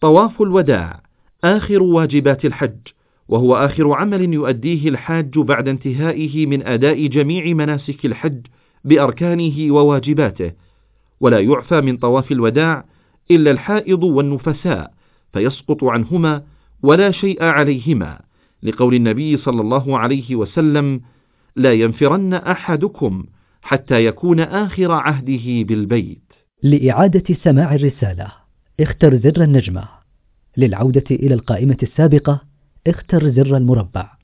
طواف الوداع آخر واجبات الحج، وهو آخر عمل يؤديه الحاج بعد انتهائه من أداء جميع مناسك الحج بأركانه وواجباته، ولا يعفى من طواف الوداع إلا الحائض والنفساء فيسقط عنهما ولا شيء عليهما، لقول النبي صلى الله عليه وسلم: لا ينفرن أحدكم حتى يكون آخر عهده بالبيت. لإعادة سماع الرسالة اختر زر النجمة. للعودة إلى القائمة السابقة اختر زر المربع.